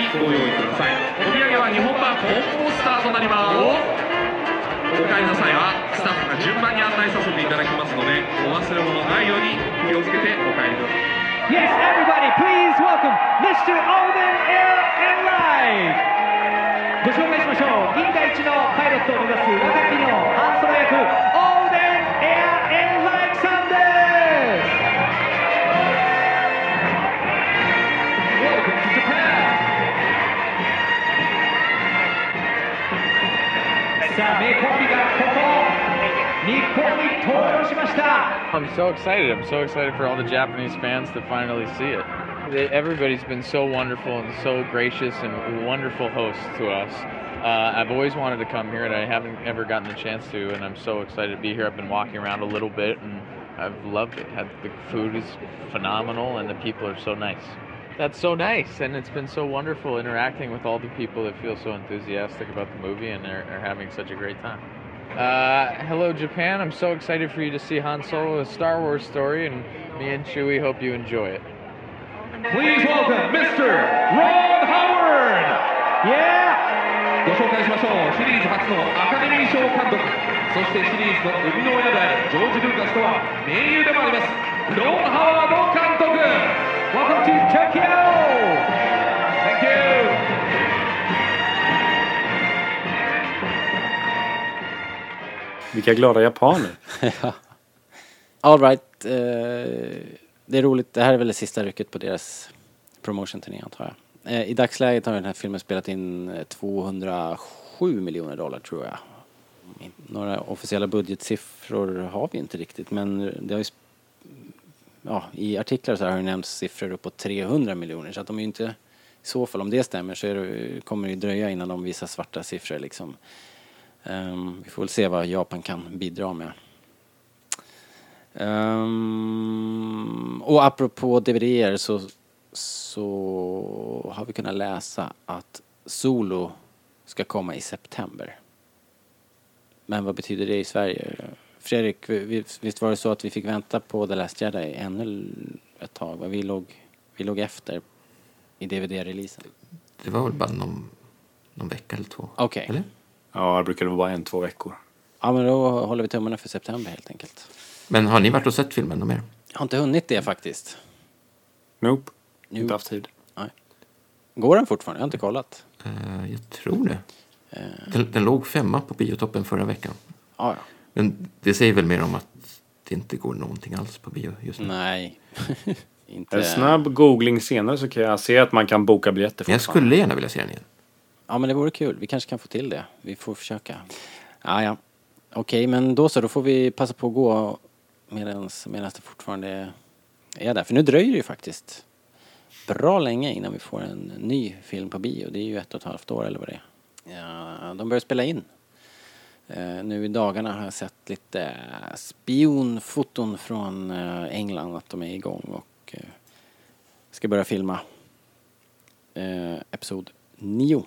Yes, everybody, please welcome Mr. Alden Ehrenreich! ご紹介しましょう。銀河一のパイロットを目指す若きのハンソロ役、Alden Ehrenreichさんです。Welcome to Japan! さあ、名コンビがここ日本に登場しました。 I'm so excited. I'm so excited for all the Japanese fans to finally see it. Everybody's been so wonderful and so gracious and wonderful hosts to us. I've always wanted to come here and I haven't ever gotten the chance to, and I'm so excited to be here. I've been walking around a little bit and I've loved it. The food is phenomenal and the people are so nice. That's so nice, and it's been so wonderful interacting with all the people that feel so enthusiastic about the movie and are having such a great time. Hello Japan, I'm so excited for you to see Han Solo, a Star Wars story, and me and Chewie hope you enjoy it. Please welcome Mr. Ron Howard! Yeah! ご紹介しましょう。シリーズ初のアカデミー賞監督、そしてシリーズの生みの親であるジョージ・ルーカスとは盟友でもあります、ロン・ハワード監督。Welcome to Tokyo! Thank you! Vilka glada japaner. All right. Det är roligt. Det här är väl det sista rycket på deras promotion-turné, antar jag. I dagsläget har den här filmen spelat in $207 miljoner, tror jag. Några officiella budgetsiffror har vi inte riktigt, men det har ju i artiklar så här har det nämnts siffror uppåt 300 miljoner, så att de är ju inte, i så fall om det stämmer så kommer det ju dröja innan de visar svarta siffror liksom. Vi får väl se vad Japan kan bidra med. Och apropå DVD:er så har vi kunnat läsa att Solo ska komma i september. Men vad betyder det i Sverige? Fredrik, visst var det så att vi fick vänta på The Last Jedi ännu ett tag? Vi låg efter i DVD-releasen. Det var väl bara någon vecka eller två. Okej. Eller? Ja, det brukar vara 1-2 veckor. Ja, men då håller vi tummarna för september helt enkelt. Men har ni varit och sett filmen mer? Jag har inte hunnit det faktiskt. Nope. Inte haft tid. Nej. Går den fortfarande? Jag har inte kollat. Jag tror det. Den låg 5 på biotoppen förra veckan. Ja. Men det säger väl mer om att det inte går någonting alls på bio just nu. Nej. Inte. En snabb googling senare så kan jag se att man kan boka biljetter. Jag skulle gärna vilja se den igen. Ja, men det vore kul. Vi kanske kan få till det. Vi får försöka. Ja. Okej, men då får vi passa på att gå medan det fortfarande är där. För nu dröjer det ju faktiskt bra länge innan vi får en ny film på bio. Det är ju 1,5 år eller vad det är. Ja, de börjar spela in. Nu i dagarna har jag sett lite spionfoton från England att de är igång och ska börja filma episod 9.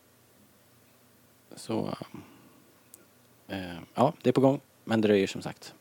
Så ja, det är på gång, men det dröjer som sagt.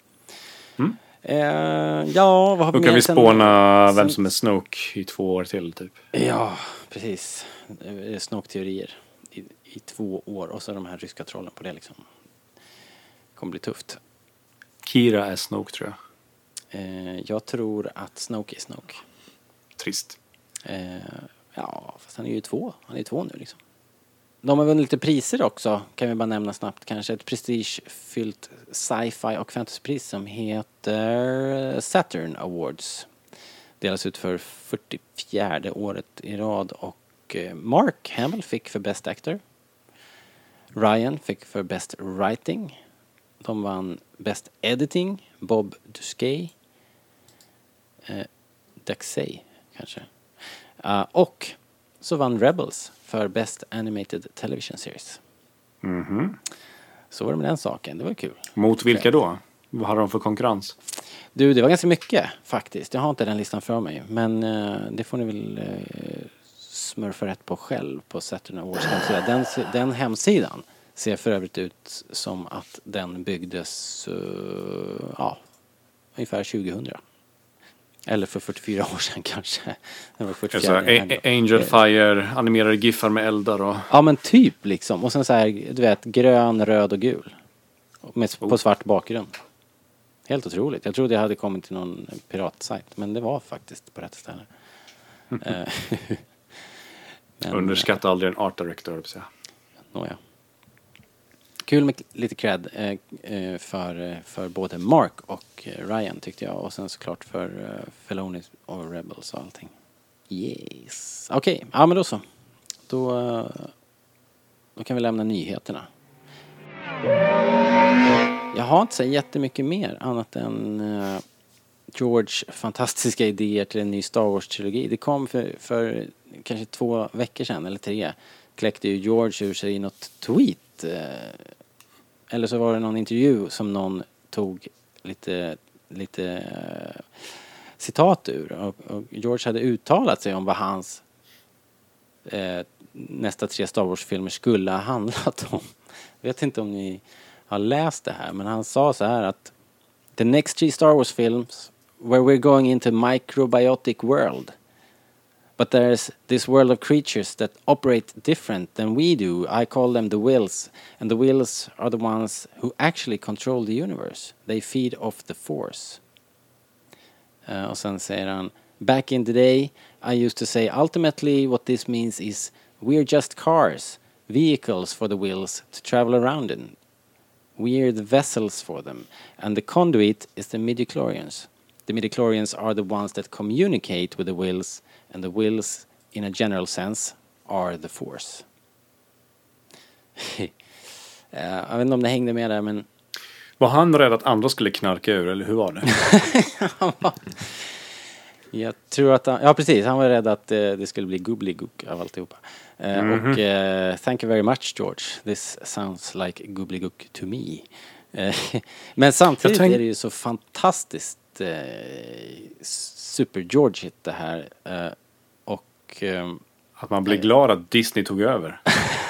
Ja, vad har vi då mer? Kan vi spåna vem som är Snoke i 2 år till typ. Ja, precis. Snoke-teorier i 2 år och så de här ryska trollen på det liksom. Kommer bli tufft. Kira är Snoke, tror jag. Jag tror att Snoke är Snoke. Trist. Ja, fast han är ju 2. Han är 2 nu liksom. De har vunnit lite priser också, kan vi bara nämna snabbt kanske. Ett prestigefyllt sci-fi och fantasypris som heter Saturn Awards. Delas ut för 44:e året i rad och Mark Hamill fick för Best Actor. Ryan fick för Best Writing. De vann Best Editing, Bob Duskay. Daxey kanske. Och så vann Rebels för Best Animated Television Series. Så var det med den saken, det var kul. Mot vilka då? Vad har de för konkurrens? Du, det var ganska mycket faktiskt. Jag har inte den listan för mig. Men det får ni väl smurfa rätt på själv på Saturn Awards hemsida. Den hemsidan ser för övrigt ut som att den byggdes ungefär 2000. Eller för 44 år sedan kanske. Den var 44. Angel Fire, animerade giffar med eldar och... Ja men typ liksom. Och sen så här, du vet, grön, röd och gul. På svart bakgrund. Helt otroligt. Jag trodde jag hade kommit till någon piratsajt. Men det var faktiskt på rätt ställe. Underskatta aldrig en art director, höll jag på att säga. Nåja. Kul med lite cred för både Mark och Ryan tyckte jag. Och sen såklart för Filoni och Rebels och allting. Yes. Okej, ja men då så. Då kan vi lämna nyheterna. Jag har inte så jättemycket mer annat än George fantastiska idéer till en ny Star Wars-trilogi. Det kom för kanske 2 veckor sedan eller 3. Kläckte ju George ur sig i något tweet. Eller så var det någon intervju som någon tog lite citat ur. Och George hade uttalat sig om vad hans nästa 3 Star Wars-filmer skulle ha handlat om. Jag vet inte om ni har läst det här, men han sa så här att the next 3 Star Wars films where we're going into microbiotic world. But there's this world of creatures that operate different than we do. I call them the Wills. And the Wills are the ones who actually control the universe. They feed off the force. Och sen säger han, back in the day I used to say ultimately what this means is we're just cars, vehicles for the Wills to travel around in. We're the vessels for them. And the conduit is the midichlorians. The midichlorians are the ones that communicate with the Wills. And the Wills, in a general sense, are the force. Jag vet inte om det hängde med där, men... Var han rädd att andra skulle knarka ur, eller hur var det? Jag tror att han... Ja, precis. Han var rädd att det skulle bli gobbledygook av alltihopa. Och thank you very much, George. This sounds like gobbledygook to me. Men samtidigt är det ju så fantastiskt super George det här. Och... att man blir glad att Disney tog över.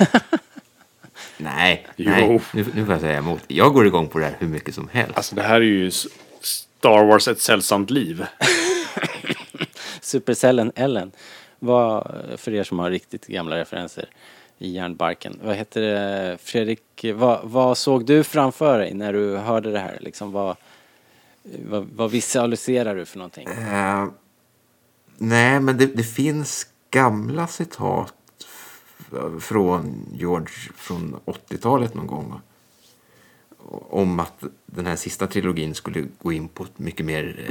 Nej, nu får jag säga emot. Jag går igång på det här hur mycket som helst. Alltså det här är ju Star Wars ett sällsamt liv. Supercellen Ellen. För er som har riktigt gamla referenser i järnbarken. Vad heter det, Fredrik? Vad såg du framför dig när du hörde det här? Liksom, vad visualiserar du för någonting? Nej, men det finns gamla citat från George från 80-talet någon gång. Om att den här sista trilogin skulle gå in på ett mycket mer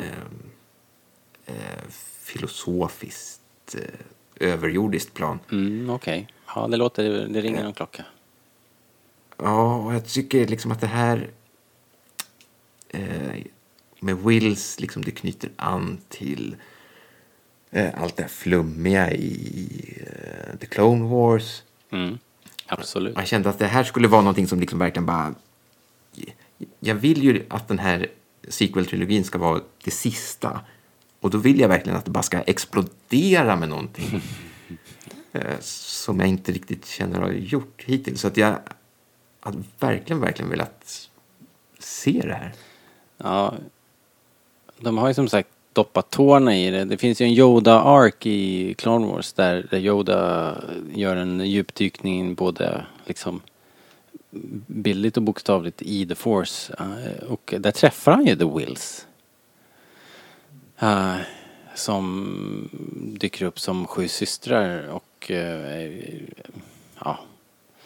filosofiskt överjordiskt plan. Okej. Ja, det ringer en klocka. Ja, och jag tycker liksom att det här med Wills liksom det knyter an till allt det flummiga i The Clone Wars. Absolut. Jag kände att det här skulle vara någonting som liksom verkligen bara... Jag vill ju att den här sequel-trilogin ska vara det sista. Och då vill jag verkligen att det bara ska explodera med någonting. Som jag inte riktigt känner har gjort hittills. Så att jag hade verkligen velat se det här. Ja, de har ju som sagt doppat tårna i det. Det finns ju en Yoda-ark i Clone Wars där Yoda gör en djupdykning både liksom bildligt och bokstavligt i The Force. Och där träffar han ju The Wills. Som dyker upp som 7 systrar och ja,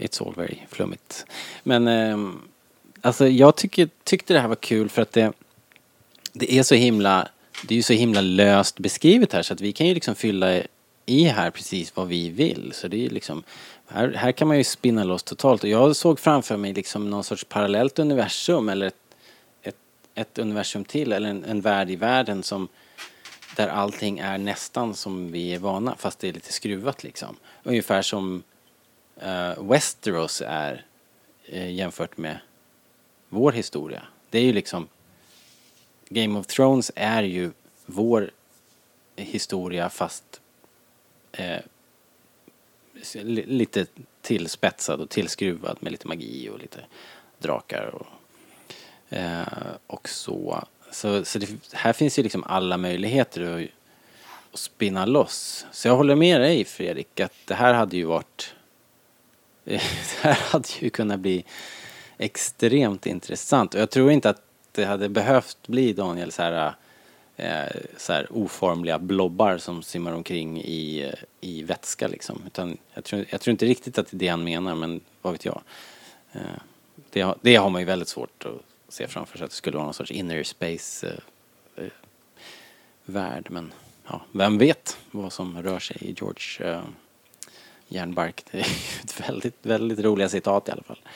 it's all very flummigt. Men alltså jag tyckte det här var kul för att det är så himla, det är ju så himla löst beskrivet här så att vi kan ju liksom fylla i här precis vad vi vill. Så det är liksom, här kan man ju spinna loss totalt. Och jag såg framför mig liksom någon sorts parallellt universum eller ett universum till eller en värld i världen som där allting är nästan som vi är vana fast det är lite skruvat liksom. Ungefär som Westeros är jämfört med vår historia. Det är ju liksom Game of Thrones är ju vår historia fast lite tillspetsad och tillskruvad med lite magi och lite drakar och så det, här finns ju liksom alla möjligheter att spinna loss. Så jag håller med dig Fredrik att det här hade ju varit det här hade ju kunnat bli extremt intressant och jag tror inte att det hade behövt bli Daniel så här oformliga blobbar som simmar omkring i vätska liksom. Utan jag tror inte riktigt att det är det han menar, men vad vet jag. Det har man ju väldigt svårt att se framför sig att det skulle vara någon sorts inner space värld, men ja, vem vet vad som rör sig i George järnbark. Det är ett väldigt, väldigt roliga citat i alla fall.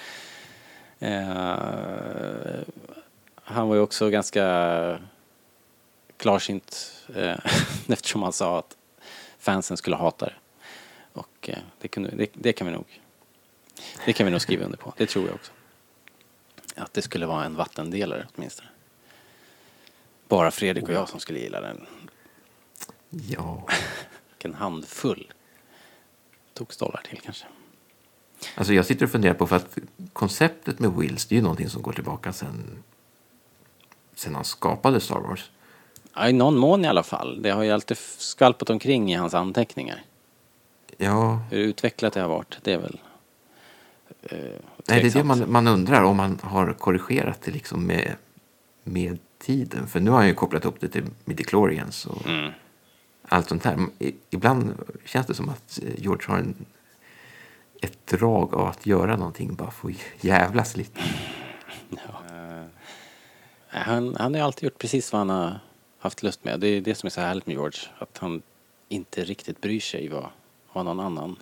Han var ju också ganska klarsynt eftersom han sa att fansen skulle hata det. Och det kan vi nog skriva under på. Det tror jag också. Att det skulle vara en vattendelare åtminstone. Bara Fredrik och jag som skulle gilla den. Ja. En handfull tokstollar till kanske. Alltså jag sitter och funderar på för att konceptet med Wills det är ju någonting som går tillbaka sen han skapade Star Wars. Ja, i någon mån i alla fall. Det har ju alltid skvalpat omkring i hans anteckningar. Ja. Hur utvecklat det har varit, det är väl nej, det är det man undrar om man har korrigerat det liksom med tiden. För nu har han ju kopplat upp det till midichlorians och allt sånt här. Ibland känns det som att George har ett drag av att göra någonting bara för att jävlas lite. Ja. Han har ju alltid gjort precis vad han har haft lust med. Det är det som är så härligt med George. Att han inte riktigt bryr sig vad någon annan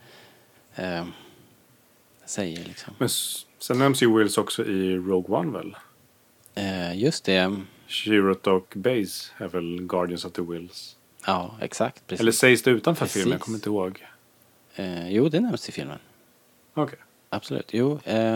säger liksom. Men sen nämns ju Wills också i Rogue One väl? Just det. Chirrut och Base är väl Guardians of the Wills. Ja, exakt. Precis. Eller sägs det utanför filmen? Jag kommer inte ihåg. Jo, det nämns i filmen. Okej. Okay. Absolut. Jo.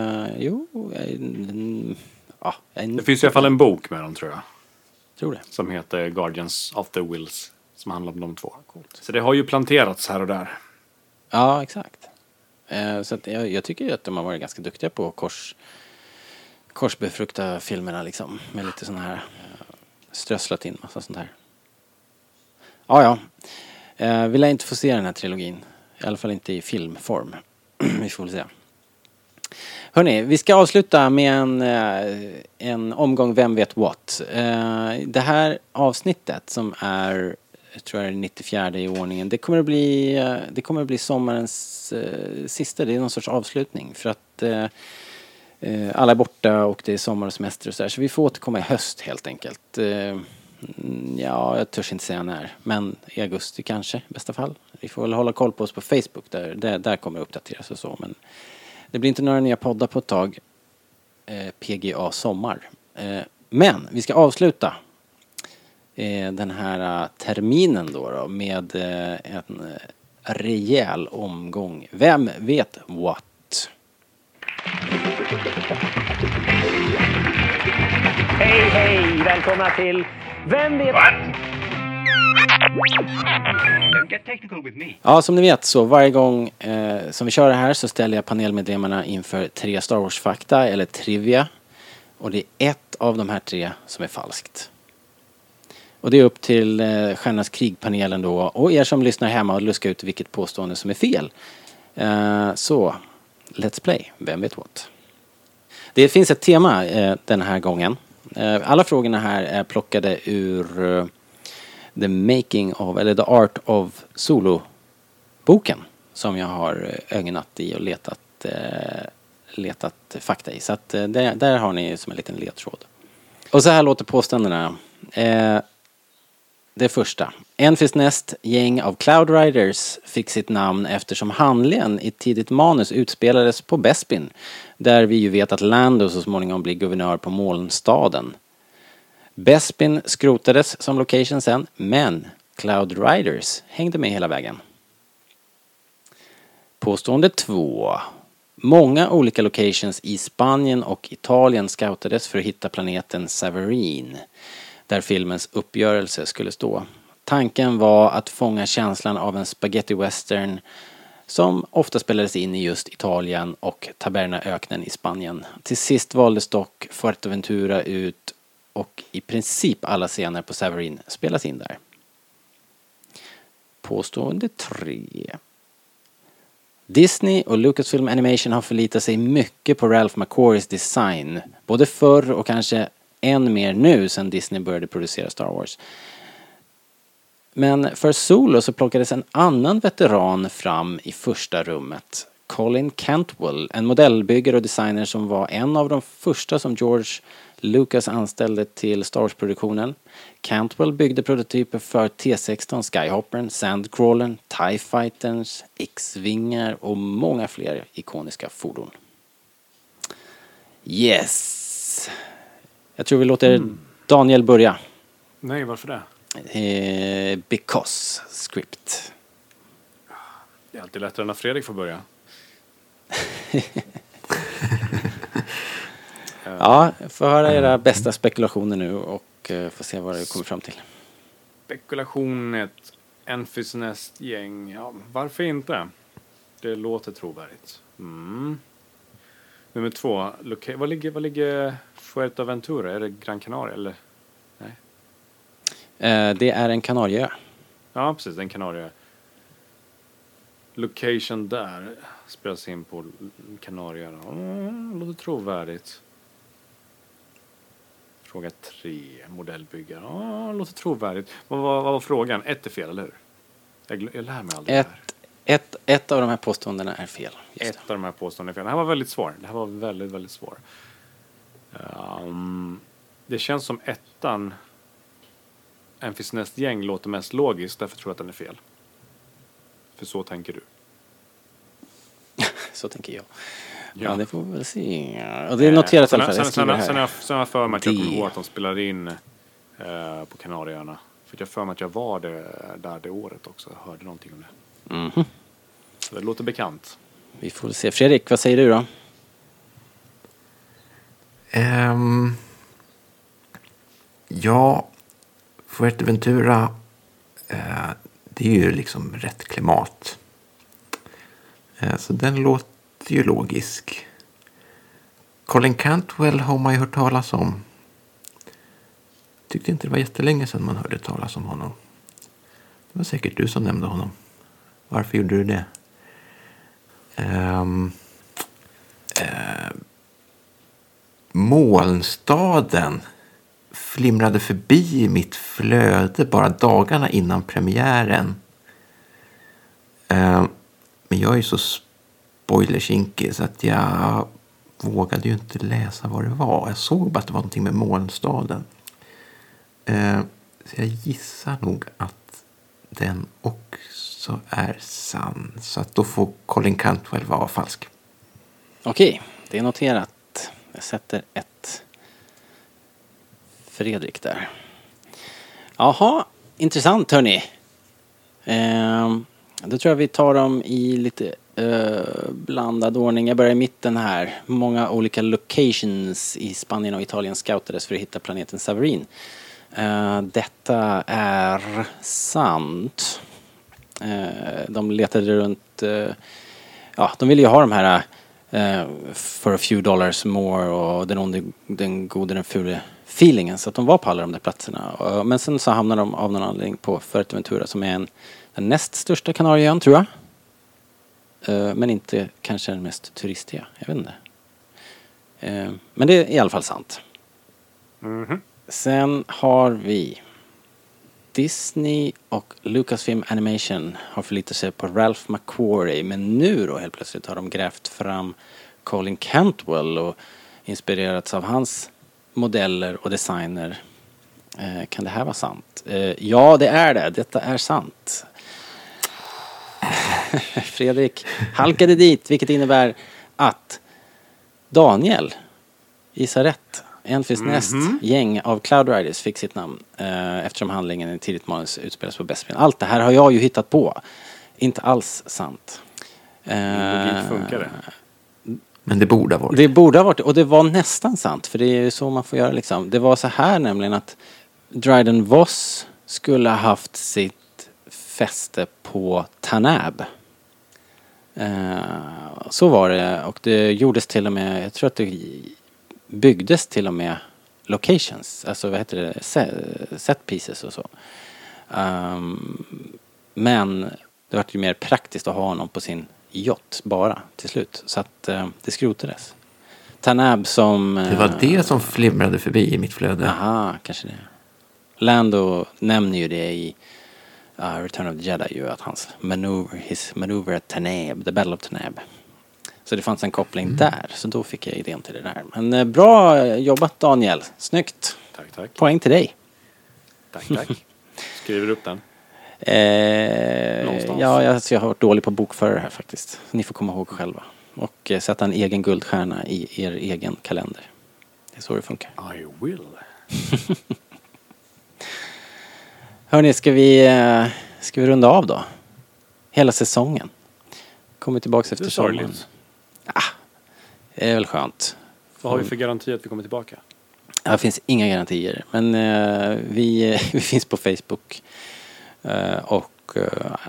Det finns i alla fall en bok med dem tror jag. Tror det. Som heter Guardians of the Wills. Som handlar om de två. Coolt. Så det har ju planterats här och där. Ja, exakt. Så att jag tycker att de har varit ganska duktiga på korsbefrukta filmerna liksom. Med lite sån här strösslat in massa sånt här. Ja. Vill jag inte få se den här trilogin. I alla fall inte i filmform. Vi får väl se. Hörrni, vi ska avsluta med en omgång Vem vet what. Det här avsnittet som är, jag tror jag är 94 i ordningen, det kommer att bli sommarens sista. Det är någon sorts avslutning för att alla är borta och det är sommar och semester och så där. Så vi får återkomma i höst helt enkelt. Ja, jag törs inte säga när, men i augusti kanske i bästa fall. Vi får väl hålla koll på oss på Facebook, där kommer det uppdateras och så, men det blir inte några nya poddar på ett tag. PGA sommar. Men vi ska avsluta den här terminen då med en rejäl omgång. Vem vet what? Hej, välkomna till Vem vet what? Ja, som ni vet så varje gång som vi kör det här så ställer jag panelmedlemmarna inför 3 Star Wars-fakta eller trivia. Och det är ett av de här 3 som är falskt. Och det är upp till Stjärnornas krig-panelen då och er som lyssnar hemma och luska ut vilket påstående som är fel. Så, let's play. Vem vet what? Det finns ett tema den här gången. Alla frågorna här är plockade ur The Making of, eller The Art of Solo-boken som jag har ögnat i och letat letat fakta i. Så att där har ni som en liten ledtråd. Och så här låter påståendena. Det första. Enfys Nest gäng av Cloud Riders fick sitt namn eftersom handlingen i tidigt manus utspelades på Bespin. Där vi ju vet att Lando så småningom blir guvernör på molnstaden. Bespin skrotades som location sen, men Cloud Riders hängde med hela vägen. Påstående 2. Många olika locations i Spanien och Italien scoutades för att hitta planeten Savareen, där filmens uppgörelse skulle stå. Tanken var att fånga känslan av en spaghetti western som ofta spelades in i just Italien och Tabernaöknen i Spanien. Till sist valdes dock Fuerteventura ut och i princip alla scener på Savareen spelas in där. Påstående 3. Disney och Lucasfilm Animation har förlitat sig mycket på Ralph McQuarries design, både förr och kanske än mer nu sedan Disney började producera Star Wars. Men för Solo så plockades en annan veteran fram i första rummet. Colin Cantwell, en modellbyggare och designer som var en av de första som George Lucas anställde till Star Wars-produktionen. Cantwell byggde prototyper för T-16, Skyhoppern, Sandcrawlern, TIE Fighters, X-vingar och många fler ikoniska fordon. Yes! Jag tror vi låter Daniel börja. Nej, varför det? Because script. Det är alltid lättare när Fredrik får börja. Ja, får höra era bästa spekulationer nu och få se vad det kommer fram till. Spekulationen, Enfys Nest-gäng. Ja, varför inte? Det låter trovärdigt. Nummer 2. Vad ligger Fuerteventura? Är det Gran Canaria eller? Nej. Det är en Kanarieö. Ja, precis. En Kanarieö. Location där spelas in på Kanarieöarna. Låter trovärdigt. Fråga 3. Modellbyggare. Låter trovärdigt. Vad var frågan? 1 är fel, eller hur? Jag lär mig aldrig ett av de här påståendena är fel. Ett av de här påståendena är fel. Det här var väldigt svår. Det här var väldigt, väldigt svår. Det känns som ettan Enfys Nest-gäng låter mest logiskt. Därför tror jag att den är fel. För så tänker du. Så tänker jag. Ja, det får vi väl se. Och det är noterat i alla fall. Sen har jag för mig att jag kommer ihåg att de spelar in på Kanarieöarna. För jag för mig att jag var där det året också. Jag hörde någonting om det. Mm-hmm. Så det låter bekant. Vi får se. Fredrik, vad säger du då? Ja, Fuerteventura, det är ju liksom rätt klimat. Så den låter ju logisk. Colin Cantwell har man ju hört talas om. Tyckte inte det var jättelänge sedan man hörde talas om honom. Det var säkert du som nämnde honom. Varför gjorde du det? Molnstaden flimrade förbi i mitt flöde bara dagarna innan premiären. Men jag är ju så spoilerkinkig så att jag vågade ju inte läsa vad det var. Jag såg bara att det var någonting med molnstaden. Så jag gissar nog att den också är sann. Så att då får Colin Cantwell vara falsk. Okej, det är noterat. Jag sätter 1. Fredrik där. Jaha, intressant hörni. Då tror jag vi tar dem i lite blandad ordning. Jag börjar i mitten här. Många olika locations i Spanien och Italien scoutades för att hitta planeten Savareen. Detta är sant. De letade runt... de ville ju ha de här for a few dollars more och den gode, den fule feelingen. Så att de var på alla de där platserna. Men sen så hamnade de av någon anledning på Fuerteventura som är den näst största Kanarieön, tror jag. Men inte kanske den mest turistiga. Jag vet inte. Men det är i alla fall sant. Mm-hmm. Sen har vi Disney och Lucasfilm Animation har förlitat sig på Ralph McQuarrie, men nu då helt plötsligt har de grävt fram Colin Cantwell och inspirerats av hans modeller och designer. Kan det här vara sant? Ja, det är det. Detta är sant. Fredrik halkade dit, vilket innebär att Daniel gissar rätt. Enfys näst gäng av Cloud Riders fick sitt namn eftersom handlingen i tidigt manus utspelas på Bespin. Allt det här har jag ju hittat på. Inte alls sant. Logik funkar det. Men det borde ha varit. Det borde ha varit, och det var nästan sant, för det är ju så man får göra liksom. Det var så här nämligen att Dryden Voss skulle ha haft sitt fäste på Tanab. Så var det, och det gjordes till och med, jag tror att det byggdes till och med locations, alltså vad heter det, set pieces och så. Men det var ju mer praktiskt att ha honom på sin yacht bara till slut, så att det skrotades. Tanab som... Det var det som flimrade förbi i mitt flöde. Aha, kanske det. Lando nämner ju det i Return of the Jedi ju, att hans maneuver at Tanab, the Battle of Tanab. Så det fanns en koppling där, så då fick jag idén till det där. Men bra jobbat Daniel, snyggt. Tack. Poäng till dig. Tack. Skriver upp den. Ja, jag har varit dålig på bokförare här faktiskt. Ni får komma ihåg själva. Och sätta en egen guldstjärna i er egen kalender. Det är så det funkar. I will. Hörrni, ska vi runda av då? Hela säsongen. Kommer tillbaka efter sommaren. Det är väl skönt. Vad har vi för garanti att vi kommer tillbaka? Det finns inga garantier. Men vi finns på Facebook. Och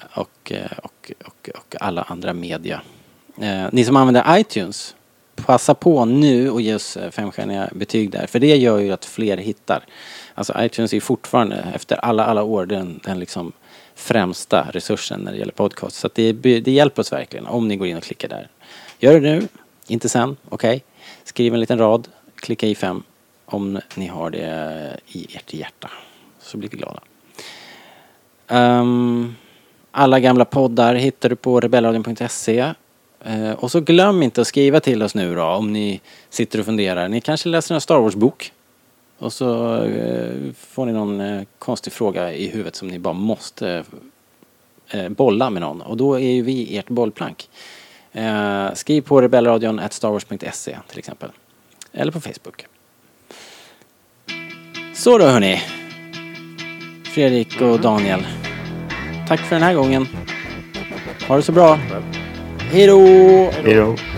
alla andra media. Ni som använder iTunes, passa på nu och ge oss 5-stjärniga betyg där. För det gör ju att fler hittar. Alltså iTunes är fortfarande efter alla år den liksom främsta resursen när det gäller podcast. Så att det hjälper oss verkligen om ni går in och klickar där. Gör det nu, inte sen, okej. Skriv en liten rad, klicka i 5 om ni har det i ert hjärta. Så blir vi glada. Alla gamla poddar hittar du på rebellradion.se. Och så glöm inte att skriva till oss nu då om ni sitter och funderar. Ni kanske läser en Star Wars-bok och så får ni någon konstig fråga i huvudet som ni bara måste bolla med någon. Och då är ju vi ert bollplank. Skriv på rebellradion@starwars.se till exempel. Eller på Facebook. Så då hörni. Fredrik och Daniel. Tack för den här gången. Ha det så bra. Hej då! Hej då!